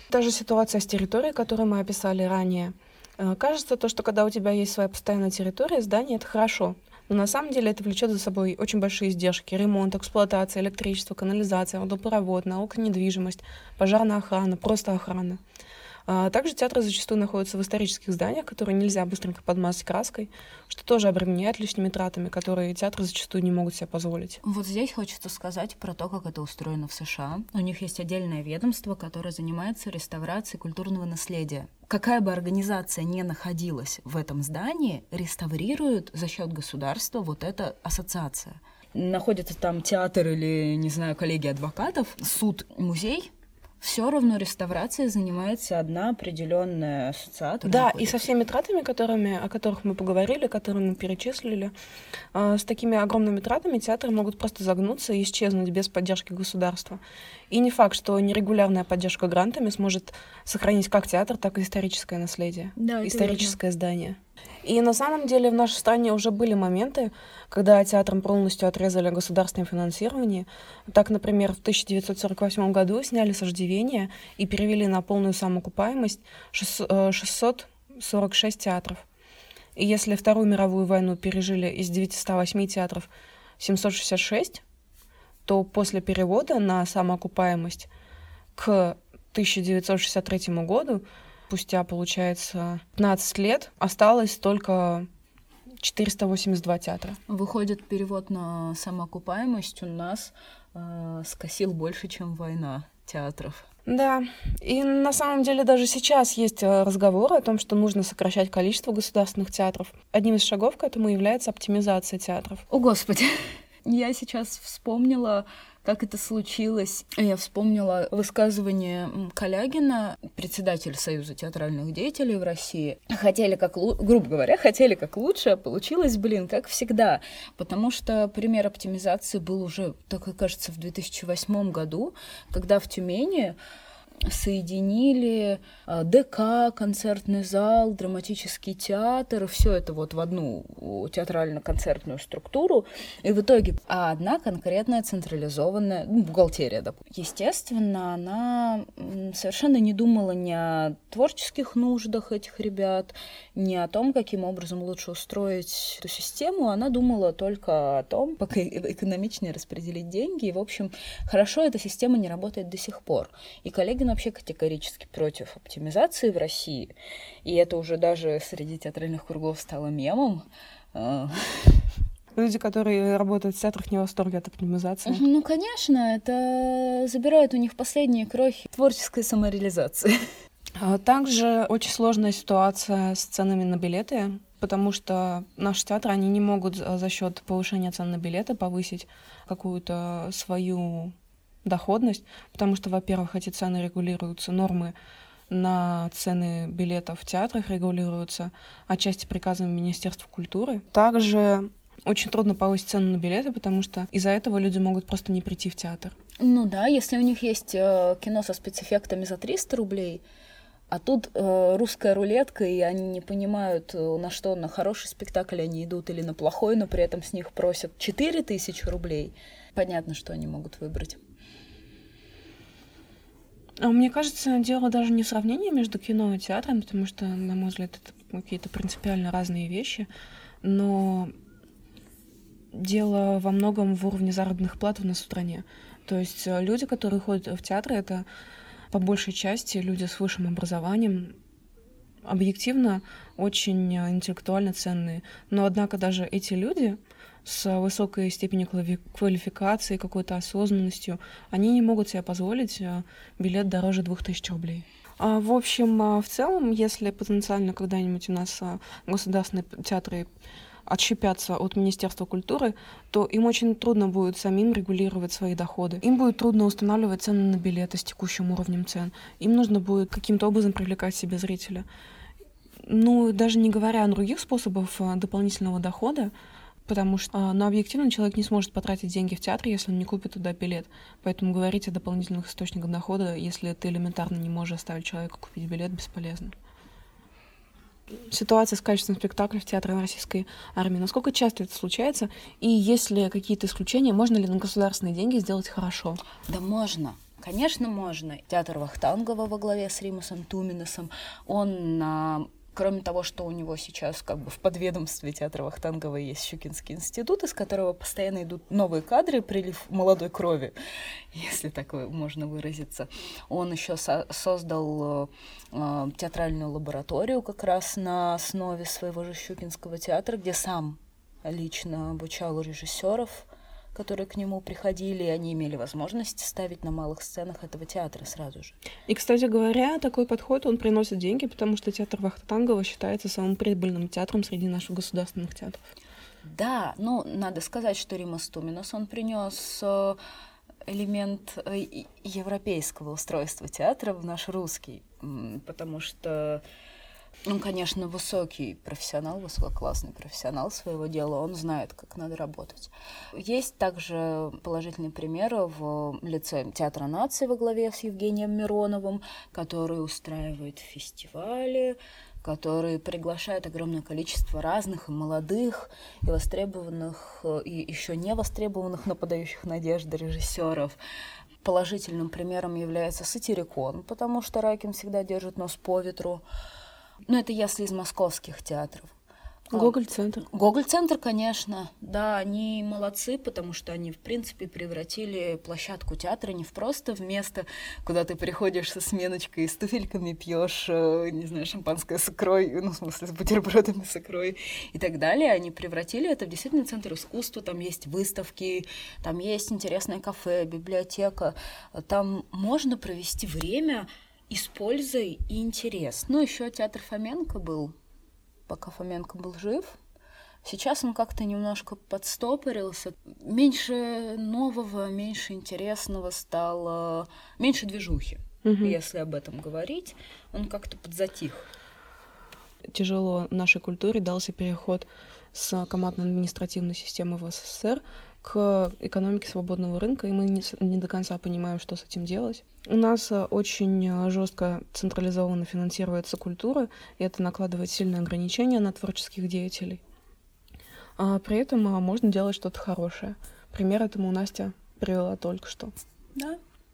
Та же ситуация с территорией, которую мы описали ранее. Кажется, что когда у тебя есть своя постоянная территория, здание — это хорошо. Но на самом деле это влечет за собой очень большие издержки: ремонт, эксплуатация, электричество, канализация, водопровод, налог на недвижимость, пожарная охрана, просто охрана. Также театры зачастую находятся в исторических зданиях, которые нельзя быстренько подмазать краской, что тоже обременяет лишними тратами, которые театры зачастую не могут себе позволить. Вот здесь хочется сказать про то, как это устроено в США. У них есть отдельное ведомство, которое занимается реставрацией культурного наследия. Какая бы организация ни находилась в этом здании, реставрирует за счет государства вот эта ассоциация. Находится там театр или, не знаю, коллегия адвокатов, суд, музей, все равно реставрацией занимается одна определенная ассоциация. Да, и со всеми тратами, о которых мы поговорили, которые мы перечислили, с такими огромными тратами театры могут просто загнуться и исчезнуть без поддержки государства. И не факт, что нерегулярная поддержка грантами сможет сохранить как театр, так и историческое наследие, да, историческое здание. И на самом деле в нашей стране уже были моменты, когда театрам полностью отрезали государственное финансирование. Так, например, в 1948 году сняли с иждивения и перевели на полную самоокупаемость 646 театров. И если Вторую мировую войну пережили из 908 театров 766, то после перевода на самоокупаемость к 1963 году, спустя, получается, 15 лет, осталось только 482 театра. Выходит, перевод на самоокупаемость у нас скосил больше, чем война театров. Да, и на самом деле даже сейчас есть разговоры о том, что нужно сокращать количество государственных театров. Одним из шагов к этому является оптимизация театров. О, Господи! Я сейчас вспомнила, как это случилось. Я вспомнила высказывание Калягина, председатель Союза театральных деятелей в России. Грубо говоря, хотели как лучше, а получилось, как всегда. Потому что пример оптимизации был уже, так кажется, в 2008 году, когда в Тюмени соединили ДК, концертный зал, драматический театр, все это вот в одну театрально-концертную структуру, и в итоге одна конкретная централизованная бухгалтерия, допустим. Естественно, она совершенно не думала ни о творческих нуждах этих ребят, ни о том, каким образом лучше устроить эту систему, она думала только о том, как экономичнее распределить деньги, и, в общем, хорошо эта система не работает до сих пор. И Калягин вообще категорически против оптимизации в России, и это уже даже среди театральных кругов стало мемом. Люди, которые работают в театрах, не в восторге от оптимизации. Ну, конечно, это забирает у них последние крохи творческой самореализации. Также очень сложная ситуация с ценами на билеты, потому что наши театры, они не могут за счет повышения цен на билеты повысить какую-то свою доходность, потому что, во-первых, эти цены регулируются, нормы на цены билетов в театрах регулируются отчасти приказами Министерства культуры. Также очень трудно повысить цену на билеты, потому что из-за этого люди могут просто не прийти в театр. Ну да, если у них есть кино со спецэффектами за 300 рублей, а тут русская рулетка, и они не понимают, на что, на хороший спектакль они идут или на плохой, но при этом с них просят 4000 рублей. Понятно, что они могут выбрать. Мне кажется, дело даже не в сравнении между кино и театром, потому что, на мой взгляд, это какие-то принципиально разные вещи, но дело во многом в уровне заработных плат в нашей стране. То есть люди, которые ходят в театры, это по большей части люди с высшим образованием, объективно очень интеллектуально ценные. Но, однако, даже эти люди с высокой степенью квалификации, какой-то осознанностью, они не могут себе позволить билет дороже 2000 рублей. В общем, в целом, если потенциально когда-нибудь у нас государственные театры отщепятся от Министерства культуры, то им очень трудно будет самим регулировать свои доходы. Им будет трудно устанавливать цены на билеты с текущим уровнем цен. Им нужно будет каким-то образом привлекать себе зрителя. Ну, даже не говоря о других способах дополнительного дохода, потому что, объективно человек не сможет потратить деньги в театр, если он не купит туда билет. Поэтому говорить о дополнительных источниках дохода, если ты элементарно не можешь оставить человека купить билет, бесполезно. Ситуация с качеством спектакля в театре российской армии. Насколько часто это случается? И есть ли какие-то исключения? Можно ли на государственные деньги сделать хорошо? Да можно. Конечно, можно. Театр Вахтангова во главе с Римасом Туминасом, он, кроме того, что у него сейчас как бы в подведомстве театра Вахтангова есть Щукинский институт, из которого постоянно идут новые кадры, прилив молодой крови, если так можно выразиться. Он еще создал театральную лабораторию как раз на основе своего же Щукинского театра, где сам лично обучал режиссеров, которые к нему приходили, и они имели возможность ставить на малых сценах этого театра сразу же. И, кстати говоря, такой подход, он приносит деньги, потому что театр Вахтангова считается самым прибыльным театром среди наших государственных театров. Да, надо сказать, что Римас Туминас, он принес элемент европейского устройства театра в наш русский, потому что он, конечно, высокий профессионал, высококлассный профессионал своего дела, он знает, как надо работать. Есть также положительные примеры в лице Театра нации во главе с Евгением Мироновым, который устраивает фестивали, который приглашает огромное количество разных и молодых, и востребованных, и еще не востребованных, но подающих надежды режиссеров. Положительным примером является Сатирикон, потому что Райкин всегда держит нос по ветру. Это если из московских театров. Гоголь-центр. Гоголь-центр, конечно. Да, они молодцы, потому что они, в принципе, превратили площадку театра не в просто в место, куда ты приходишь со сменочкой и с туфельками пьешь, не знаю, шампанское с икрой, в смысле, с бутербродами с икрой и так далее. Они превратили это в действительно центр искусства. Там есть выставки, там есть интересное кафе, библиотека. Там можно провести время и с пользой, и интерес. Еще театр Фоменко был, пока Фоменко был жив. Сейчас он как-то немножко подстопорился. Меньше нового, меньше интересного стало, меньше движухи, если об этом говорить. Он как-то подзатих. Тяжело нашей культуре дался переход с командно-административной системы в СССР к экономике свободного рынка, и мы не до конца понимаем, что с этим делать. У нас очень жестко централизованно финансируется культура, и это накладывает сильные ограничения на творческих деятелей. При этом можно делать что-то хорошее. Пример этому Настя привела только что. Да.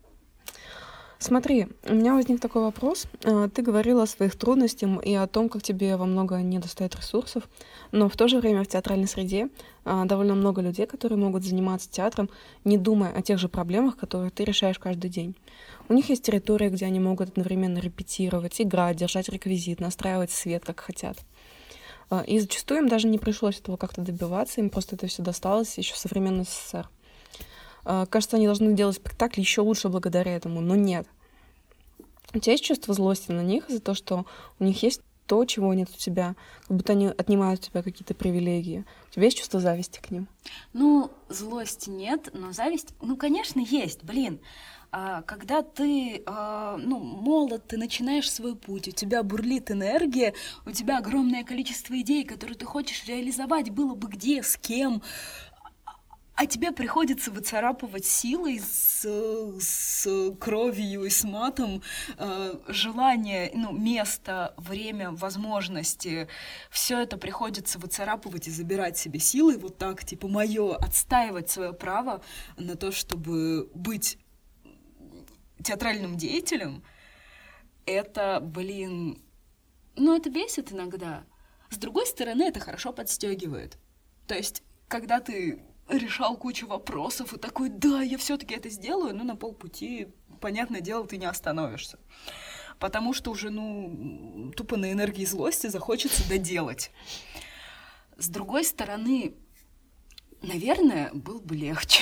Смотри, у меня возник такой вопрос. Ты говорила о своих трудностях и о том, как тебе во много недостает ресурсов, но в то же время в театральной среде довольно много людей, которые могут заниматься театром, не думая о тех же проблемах, которые ты решаешь каждый день. У них есть территория, где они могут одновременно репетировать, играть, держать реквизит, настраивать свет, как хотят. И зачастую им даже не пришлось этого как-то добиваться, им просто это все досталось еще со времен СССР. Кажется, они должны делать спектакли еще лучше благодаря этому, но нет. У тебя есть чувство злости на них за то, что у них есть то, чего нет у тебя, как будто они отнимают у тебя какие-то привилегии. У тебя есть чувство зависти к ним? Злости нет, но зависть, конечно, есть, Когда ты, молод, ты начинаешь свой путь, у тебя бурлит энергия, у тебя огромное количество идей, которые ты хочешь реализовать, было бы где, с кем, а тебе приходится выцарапывать силой с кровью и с матом желание, место, время, возможности. Все это приходится выцарапывать и забирать себе силой вот так, моё, отстаивать свое право на то, чтобы быть театральным деятелем. Это, это бесит иногда. С другой стороны, это хорошо подстегивает. То есть, когда ты решал кучу вопросов и такой, да, я все-таки это сделаю, на полпути, понятное дело, ты не остановишься. Потому что уже, тупо на энергии злости захочется доделать. С другой стороны, наверное, было бы легче.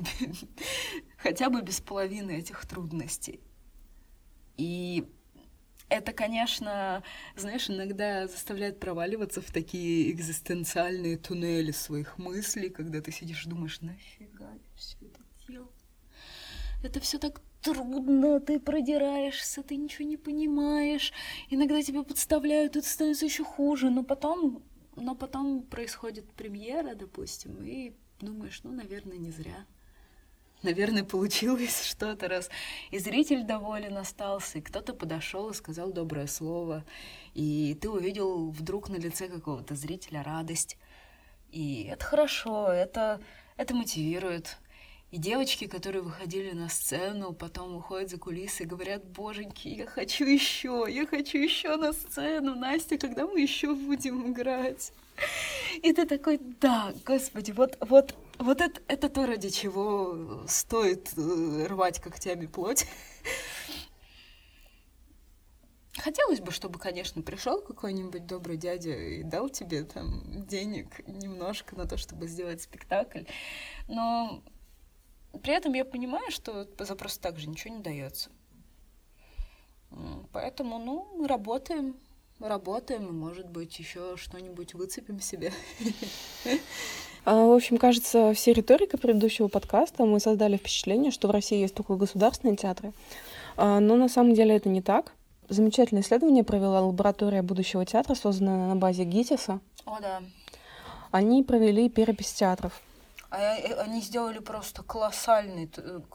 Хотя бы без половины этих трудностей. И это, конечно, иногда заставляет проваливаться в такие экзистенциальные туннели своих мыслей, когда ты сидишь и думаешь, нафига я все это делал? Это все так трудно, ты продираешься, ты ничего не понимаешь. Иногда тебя подставляют, это становится еще хуже, но потом происходит премьера, допустим, и думаешь, наверное, не зря. Наверное, получилось что-то, раз и зритель доволен остался, и кто-то подошел и сказал доброе слово, и ты увидел вдруг на лице какого-то зрителя радость. И это хорошо, это мотивирует. И девочки, которые выходили на сцену, потом выходят за кулисы и говорят: боженьки, я хочу еще на сцену, Настя, когда мы еще будем играть? И ты такой: да, господи, вот это то, ради чего стоит рвать когтями плоть. Хотелось бы, чтобы, конечно, пришел какой-нибудь добрый дядя и дал тебе там денег немножко на то, чтобы сделать спектакль, но при этом я понимаю, что за просто так же ничего не дается. Поэтому, мы работаем, и, может быть, еще что-нибудь выцепим себе. В общем, кажется, всей риторикой предыдущего подкаста мы создали впечатление, что в России есть только государственные театры, но на самом деле это не так. Замечательное исследование провела лаборатория будущего театра, созданная на базе ГИТИСа. О, да. Они провели перепись театров. Они сделали просто колоссально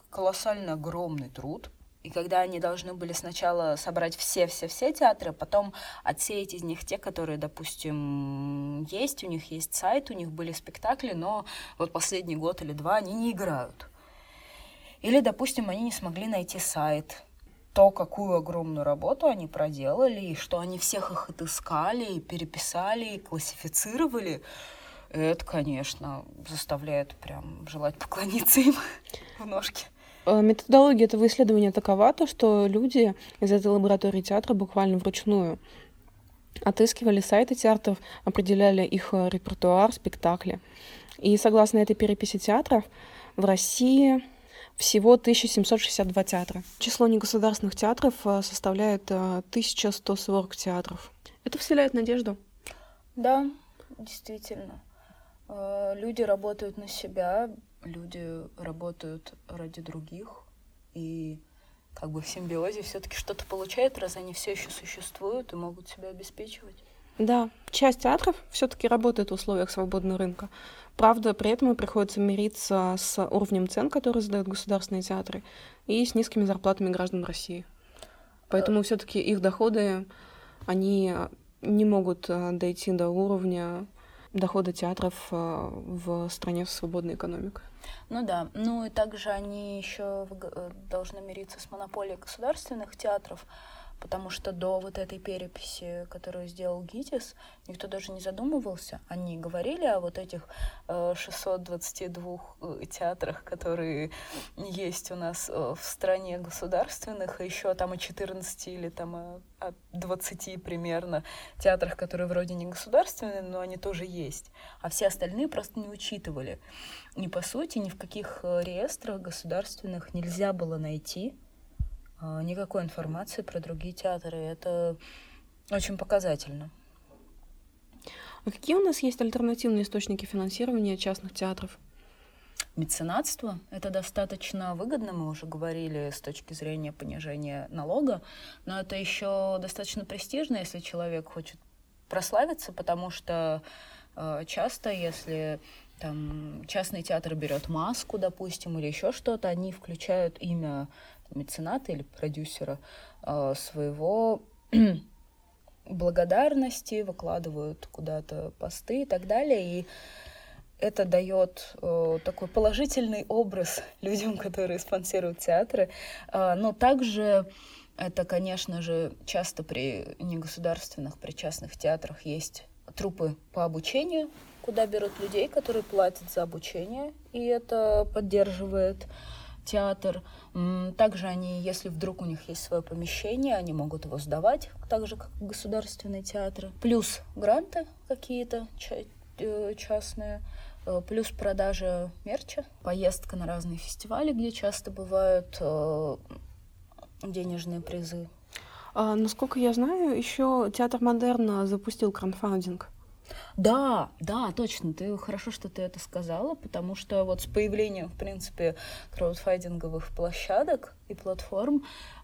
огромный труд. И когда они должны были сначала собрать все театры, потом отсеять из них те, которые, допустим, есть, у них есть сайт, у них были спектакли, но вот последний год или два они не играют. Или, допустим, они не смогли найти сайт. То, какую огромную работу они проделали, и что они всех их отыскали, и переписали, и классифицировали, это, конечно, заставляет прям желать поклониться им в ножки. Методология этого исследования такова, что люди из этой лаборатории театра буквально вручную отыскивали сайты театров, определяли их репертуар, спектакли. И согласно этой переписи театров, в России всего 1762 театра. Число негосударственных театров составляет 1140 театров. Это вселяет надежду. Да, действительно. Люди работают на себя, люди работают ради других, и как бы в симбиозе все-таки что-то получают, раз они все еще существуют и могут себя обеспечивать. Да, часть театров все-таки работает в условиях свободного рынка. Правда, при этом приходится мириться с уровнем цен, которые задают государственные театры, и с низкими зарплатами граждан России. Поэтому все-таки их доходы, они не могут дойти до уровня дохода театров в стране с свободной экономикой. Ну да, и также они еще должны мириться с монополией государственных театров, потому что до вот этой переписи, которую сделал ГИТИС, никто даже не задумывался. Они говорили о вот этих 622 театрах, которые есть у нас в стране государственных, и еще там о 14 или там о 20 примерно театрах, которые вроде не государственные, но они тоже есть. А все остальные просто не учитывали. И, по сути, ни в каких реестрах государственных нельзя было найти никакой информации про другие театры. Это очень показательно. А какие у нас есть альтернативные источники финансирования частных театров? Меценатство — это достаточно выгодно, мы уже говорили, с точки зрения понижения налога, но это еще достаточно престижно, если человек хочет прославиться, потому что часто, если там частный театр берет маску, допустим, или еще что-то, они включают имя мецената или продюсера своего благодарности, выкладывают куда-то посты и так далее, и это дает такой положительный образ людям, которые спонсируют театры. Но также это, конечно же, часто при негосударственных, при частных театрах есть труппы по обучению, куда берут людей, которые платят за обучение, и это поддерживает театр. Также они, если вдруг у них есть свое помещение, они могут его сдавать, так же, как государственные театры. Плюс гранты какие-то частные, плюс продажа мерча, поездка на разные фестивали, где часто бывают денежные призы. Насколько я знаю, еще Театр Модерна запустил краудфандинг. Да, точно. Хорошо, что ты это сказала, потому что вот с появлением, в принципе, краудфандинговых площадок и платформ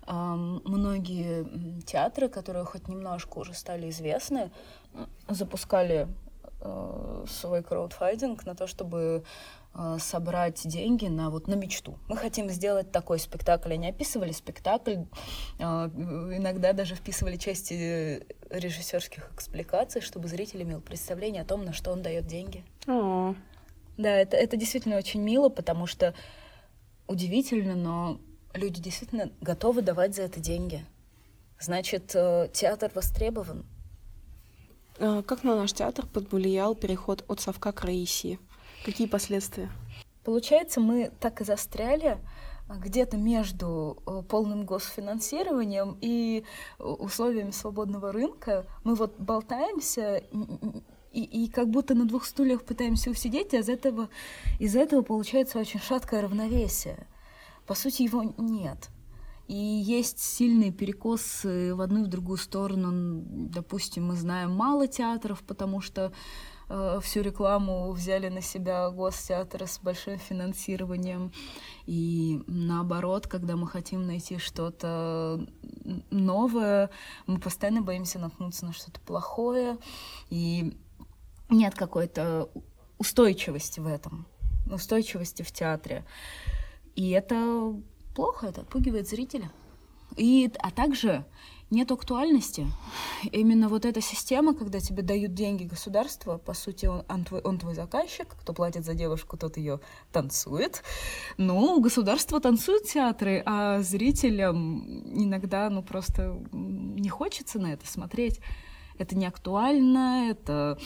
многие театры, которые хоть немножко уже стали известны, запускали свой краудфандинг на то, чтобы собрать деньги на мечту. Мы хотим сделать такой спектакль. Они описывали спектакль, иногда даже вписывали части режиссерских экспликаций, чтобы зритель имел представление о том, на что он дает деньги. Да, это действительно очень мило, потому что удивительно, но люди действительно готовы давать за это деньги. Значит, театр востребован. Как на наш театр повлиял переход от совка к РАИСии? Какие последствия? Получается, мы так и застряли где-то между полным госфинансированием и условиями свободного рынка. Мы вот болтаемся и как будто на двух стульях пытаемся усидеть, а из-за этого получается очень шаткое равновесие. По сути, его нет. И есть сильные перекосы в одну и в другую сторону. Допустим, мы знаем мало театров, потому что всю рекламу взяли на себя гостеатры с большим финансированием. И наоборот, когда мы хотим найти что-то новое, мы постоянно боимся наткнуться на что-то плохое. И нет какой-то устойчивости в этом, устойчивости в театре. И это плохо, это отпугивает зрителя. А также нет актуальности. Именно вот эта система, когда тебе дают деньги государства, по сути, он твой заказчик, кто платит за девушку, тот ее танцует. Ну, государство танцует театры, а зрителям иногда, просто не хочется на это смотреть. Это не актуально, это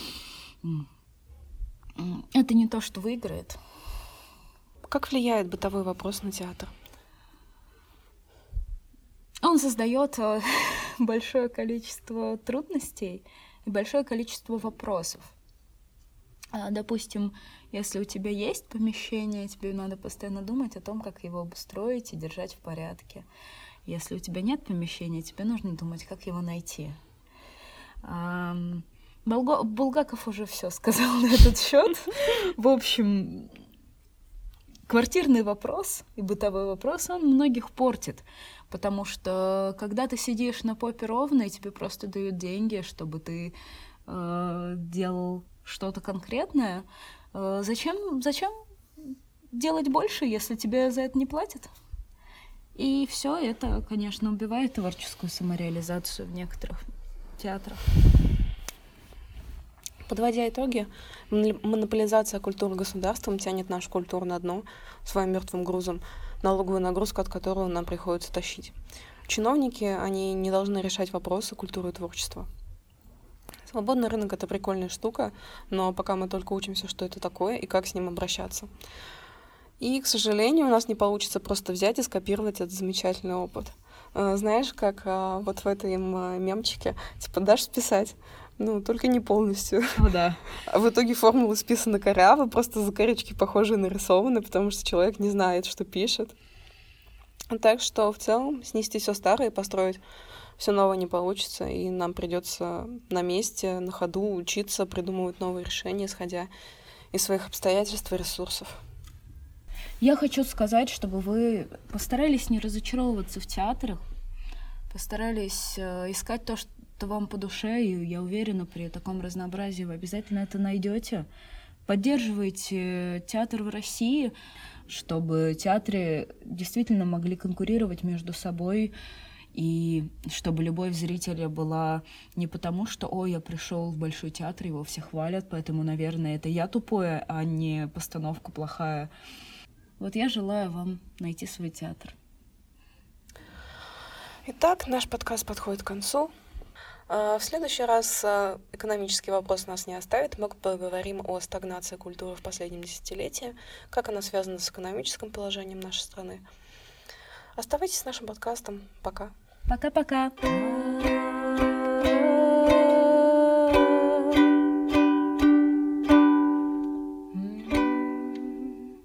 не то, что выиграет. Как влияет бытовой вопрос на театр? Он создает большое количество трудностей и большое количество вопросов. Допустим, если у тебя есть помещение, тебе надо постоянно думать о том, как его обустроить и держать в порядке. Если у тебя нет помещения, тебе нужно думать, как его найти. Булгаков уже все сказал на этот счет. В общем, квартирный вопрос и бытовой вопрос, он многих портит. Потому что когда ты сидишь на попе ровно, и тебе просто дают деньги, чтобы ты делал что-то конкретное, зачем делать больше, если тебе за это не платят? И все это, конечно, убивает творческую самореализацию в некоторых театрах. Подводя итоги, монополизация культуры государством тянет нашу культуру на дно своим мертвым грузом, налоговую нагрузку от которого нам приходится тащить. Чиновники, они не должны решать вопросы культуры и творчества. Свободный рынок — это прикольная штука, но пока мы только учимся, что это такое и как с ним обращаться. И, к сожалению, у нас не получится просто взять и скопировать этот замечательный опыт. Знаешь, как вот в этом мемчике, дашь списать, только не полностью. Да. А в итоге формулы списаны коряво, просто закорючки похожие нарисованы, потому что человек не знает, что пишет. Так что в целом снести все старое и построить все новое не получится, и нам придется на месте, на ходу учиться, придумывать новые решения, исходя из своих обстоятельств и ресурсов. Я хочу сказать, чтобы вы постарались не разочаровываться в театрах, постарались искать то, что вам по душе, и я уверена, при таком разнообразии вы обязательно это найдете. Поддерживайте театр в России, чтобы театры действительно могли конкурировать между собой, и чтобы любовь зрителя была не потому, что я пришел в большой театр, его все хвалят, поэтому, наверное, это я тупое, а не постановка плохая. Вот я желаю вам найти свой театр. Итак, наш подкаст подходит к концу. В следующий раз экономический вопрос нас не оставит. Мы поговорим о стагнации культуры в последнем десятилетии, как она связана с экономическим положением нашей страны. Оставайтесь с нашим подкастом. Пока. Пока-пока.